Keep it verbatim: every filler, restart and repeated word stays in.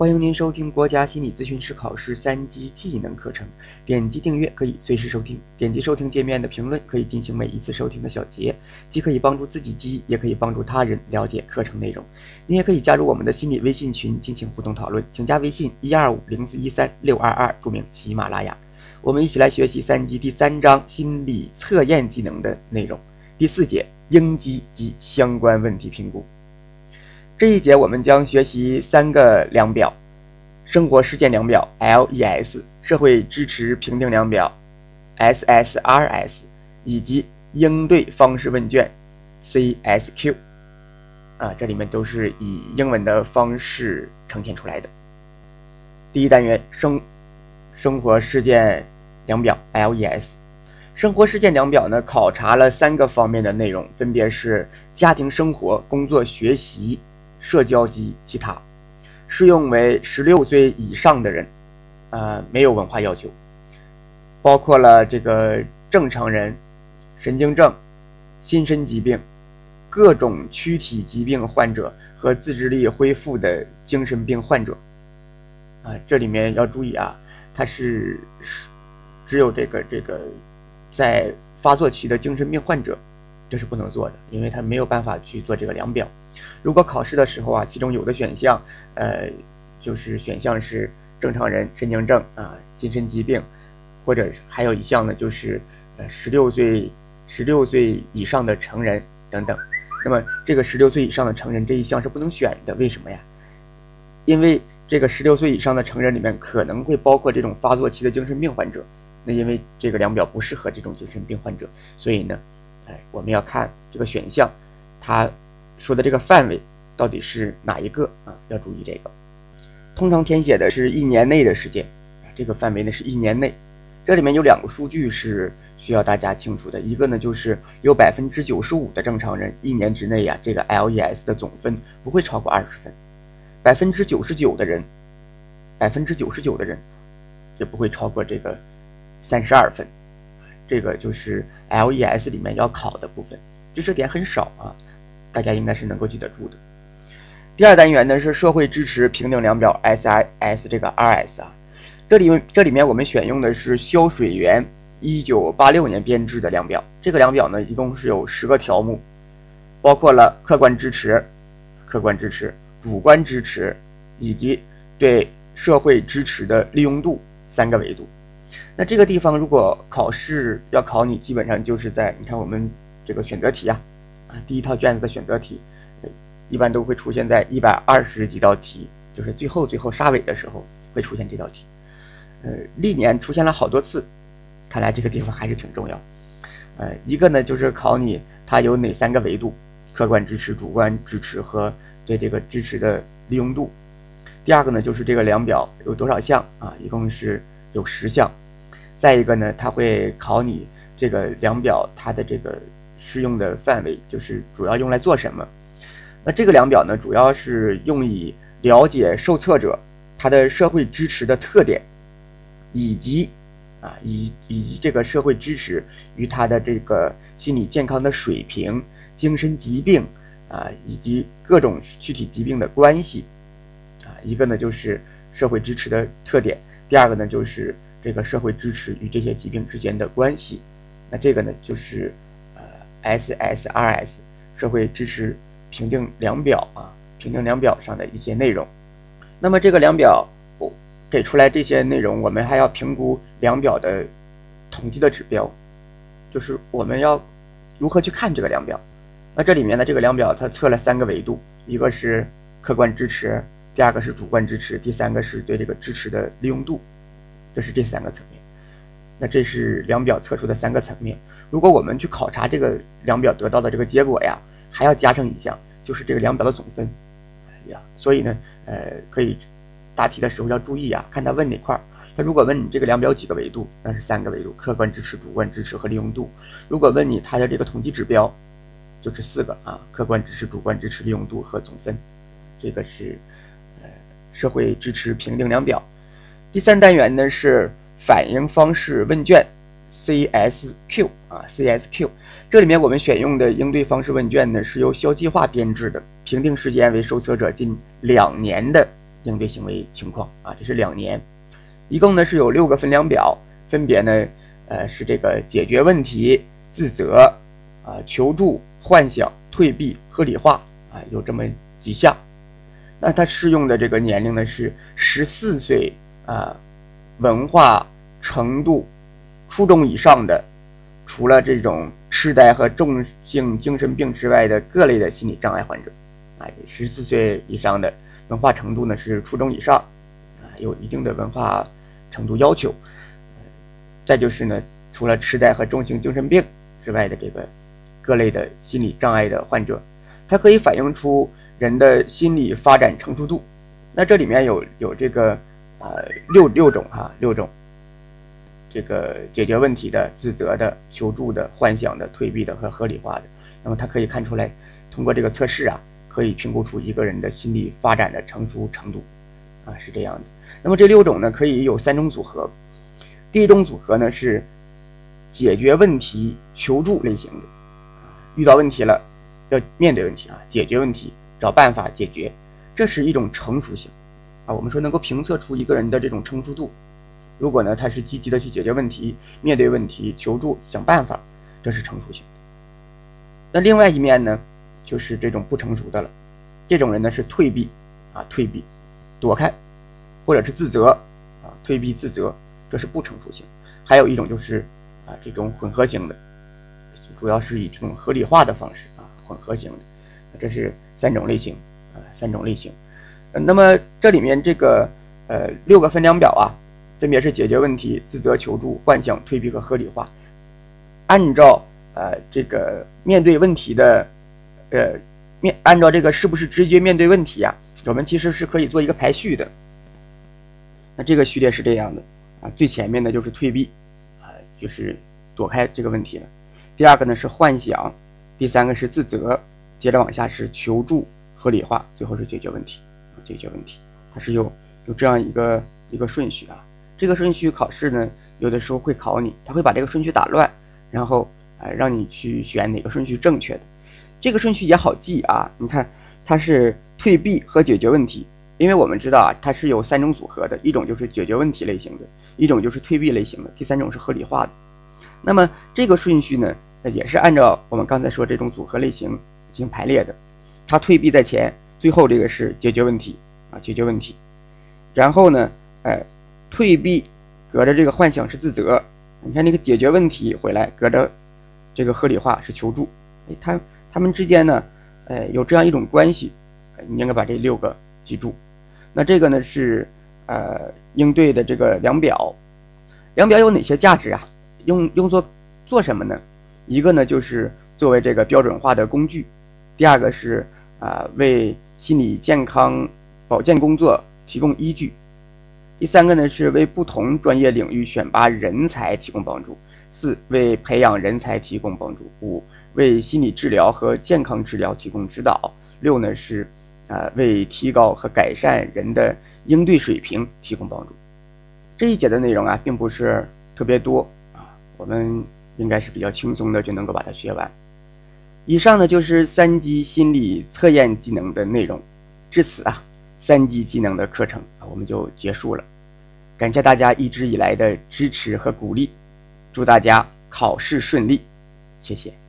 欢迎您收听国家心理咨询师考试三级技能课程，点击订阅可以随时收听，点击收听界面的评论可以进行每一次收听的小结，既可以帮助自己记忆，也可以帮助他人了解课程内容。您也可以加入我们的心理微信群进行互动讨论，请加微信一二五零四一三六二二，注明喜马拉雅。我们一起来学习三级第三章心理测验技能的内容，第四节应激及相关问题评估。这一节我们将学习三个量表：生活事件量表 L E S、 社会支持评定量表 S S R S 以及应对方式问卷 C S Q。 啊，这里面都是以英文的方式呈现出来的。第一单元生生活事件量表 L E S。 生活事件量表呢，考察了三个方面的内容，分别是家庭生活、工作学习、社交及其他，适用为十六岁以上的人，呃，没有文化要求，包括了这个正常人、神经症、心身疾病、各种躯体疾病患者和自制力恢复的精神病患者。啊，这里面要注意啊，它是只有这个这个在发作期的精神病患者，这是不能做的，因为他没有办法去做这个量表。如果考试的时候啊，其中有的选项，呃，就是选项是正常人、神经症啊、心身疾病，或者还有一项呢，就是呃十六岁十六岁以上的成人等等。那么这个十六岁以上的成人这一项是不能选的，为什么呀？因为这个十六岁以上的成人里面可能会包括这种发作期的精神病患者，那因为这个量表不适合这种精神病患者，所以呢，哎，我们要看这个选项，它说的这个范围到底是哪一个啊？要注意这个。通常填写的是一年内的时间，这个范围呢是一年内。这里面有两个数据是需要大家清楚的，一个呢就是有 百分之九十五 的正常人一年之内呀、啊，这个 L E S 的总分不会超过二十分， 百分之九十九 的人 百分之九十九 的人也不会超过这个三十二分。这个就是 L E S 里面要考的部分，知识点很少啊，大家应该是能够记得住的。第二单元呢是社会支持评定量表 S I S 这个 R S 啊，这里这里面我们选用的是肖水源一九八六年编制的量表。这个量表呢一共是有十个条目，包括了客观支持、客观支持、主观支持以及对社会支持的利用度三个维度。那这个地方如果考试要考你，基本上就是在你看我们这个选择题啊，啊第一套卷子的选择题，一般都会出现在一百二十几道题，就是最后最后杀尾的时候会出现这道题。呃，历年出现了好多次，看来这个地方还是挺重要。呃，一个呢就是考你它有哪三个维度：客观支持、主观支持和对这个支持的利用度。第二个呢就是这个量表有多少项啊，一共是有十项。再一个呢，它会考你这个量表它的这个适用的范围，就是主要用来做什么。那这个量表呢，主要是用以了解受测者他的社会支持的特点，以及啊以以及这个社会支持与他的这个心理健康的水平、精神疾病啊以及各种躯体疾病的关系啊。一个呢就是社会支持的特点，第二个呢就是这个社会支持与这些疾病之间的关系。那这个呢就是呃 S S R S 社会支持评定量表啊，评定量表上的一些内容。那么这个量表给出来这些内容，我们还要评估量表的统计的指标，就是我们要如何去看这个量表。那这里面的这个量表它测了三个维度，一个是客观支持，第二个是主观支持，第三个是对这个支持的利用度，这是这三个层面。那这是量表测出的三个层面。如果我们去考察这个量表得到的这个结果呀，还要加上一项，就是这个量表的总分呀。所以呢，呃，可以答题的时候要注意啊，看他问哪块儿。他如果问你这个量表有几个维度，那是三个维度：客观支持、主观支持和利用度。如果问你它的这个统计指标，就是四个啊：客观支持、主观支持、利用度和总分。这个是呃社会支持评定量表。第三单元呢是反应方式问卷 C S Q 啊 C S Q。 这里面我们选用的应对方式问卷呢是由肖计划编制的，评定时间为受测者近两年的应对行为情况啊，这是两年。一共呢是有六个分量表，分别呢呃是这个解决问题、自责啊、求助、幻想、退避、合理化啊，有这么几项。那它适用的这个年龄呢是十四岁啊，文化程度初中以上的，除了这种痴呆和重性精神病之外的各类的心理障碍患者啊，十四岁以上的文化程度呢是初中以上啊，有一定的文化程度要求。再就是呢，除了痴呆和重性精神病之外的这个各类的心理障碍的患者，它可以反映出人的心理发展成熟度。那这里面有有这个呃六六种哈、啊，六种这个解决问题的、自责的、求助的、幻想的、退避的和合理化的。那么它可以看出来，通过这个测试啊，可以评估出一个人的心理发展的成熟程度啊，是这样的。那么这六种呢，可以有三种组合。第一种组合呢是解决问题、求助类型的，遇到问题了要面对问题啊，解决问题，找办法解决，这是一种成熟性啊。我们说能够评测出一个人的这种成熟度。如果呢他是积极的去解决问题、面对问题、求助、想办法，这是成熟性。那另外一面呢，就是这种不成熟的了。这种人呢是退避啊，退避，躲开，或者是自责啊，退避自责，这是不成熟性。还有一种就是啊这种混合型的，主要是以这种合理化的方式啊，混合型的，这是三种类型啊，三种类型。那么这里面这个呃六个分量表啊，分别是解决问题、自责、求助、幻想、退避和合理化。按照呃这个面对问题的呃面，按照这个是不是直接面对问题啊，我们其实是可以做一个排序的。那这个序列是这样的啊，最前面的就是退避啊，就是躲开这个问题了。第二个呢是幻想，第三个是自责，接着往下是求助、合理化，最后是解决问题啊，解决问题。它是有有这样一个一个顺序啊。这个顺序考试呢，有的时候会考你，他会把这个顺序打乱，然后呃让你去选哪个顺序正确的。这个顺序也好记啊，你看它是退避和解决问题。因为我们知道啊，它是有三种组合的，一种就是解决问题类型的，一种就是退避类型的，第三种是合理化的。那么这个顺序呢，也是按照我们刚才说这种组合类型进行排列的。它退避在前，最后这个是解决问题啊，解决问题。然后呢，哎，退避隔着这个幻想是自责，你看那个解决问题回来隔着这个合理化是求助，哎，它它们之间呢，哎，有这样一种关系，你应该把这六个记住。那这个呢是呃应对的这个量表。量表有哪些价值啊？用用作做什么呢？一个呢就是作为这个标准化的工具，第二个是啊、呃、为心理健康保健工作提供依据，第三个呢是为不同专业领域选拔人才提供帮助，四为培养人才提供帮助，五为心理治疗和健康治疗提供指导，六呢是啊、呃，为提高和改善人的应对水平提供帮助。这一节的内容啊，并不是特别多啊，我们应该是比较轻松的就能够把它学完。以上呢就是三级心理测验技能的内容。至此啊，三级技能的课程啊，我们就结束了。感谢大家一直以来的支持和鼓励，祝大家考试顺利，谢谢。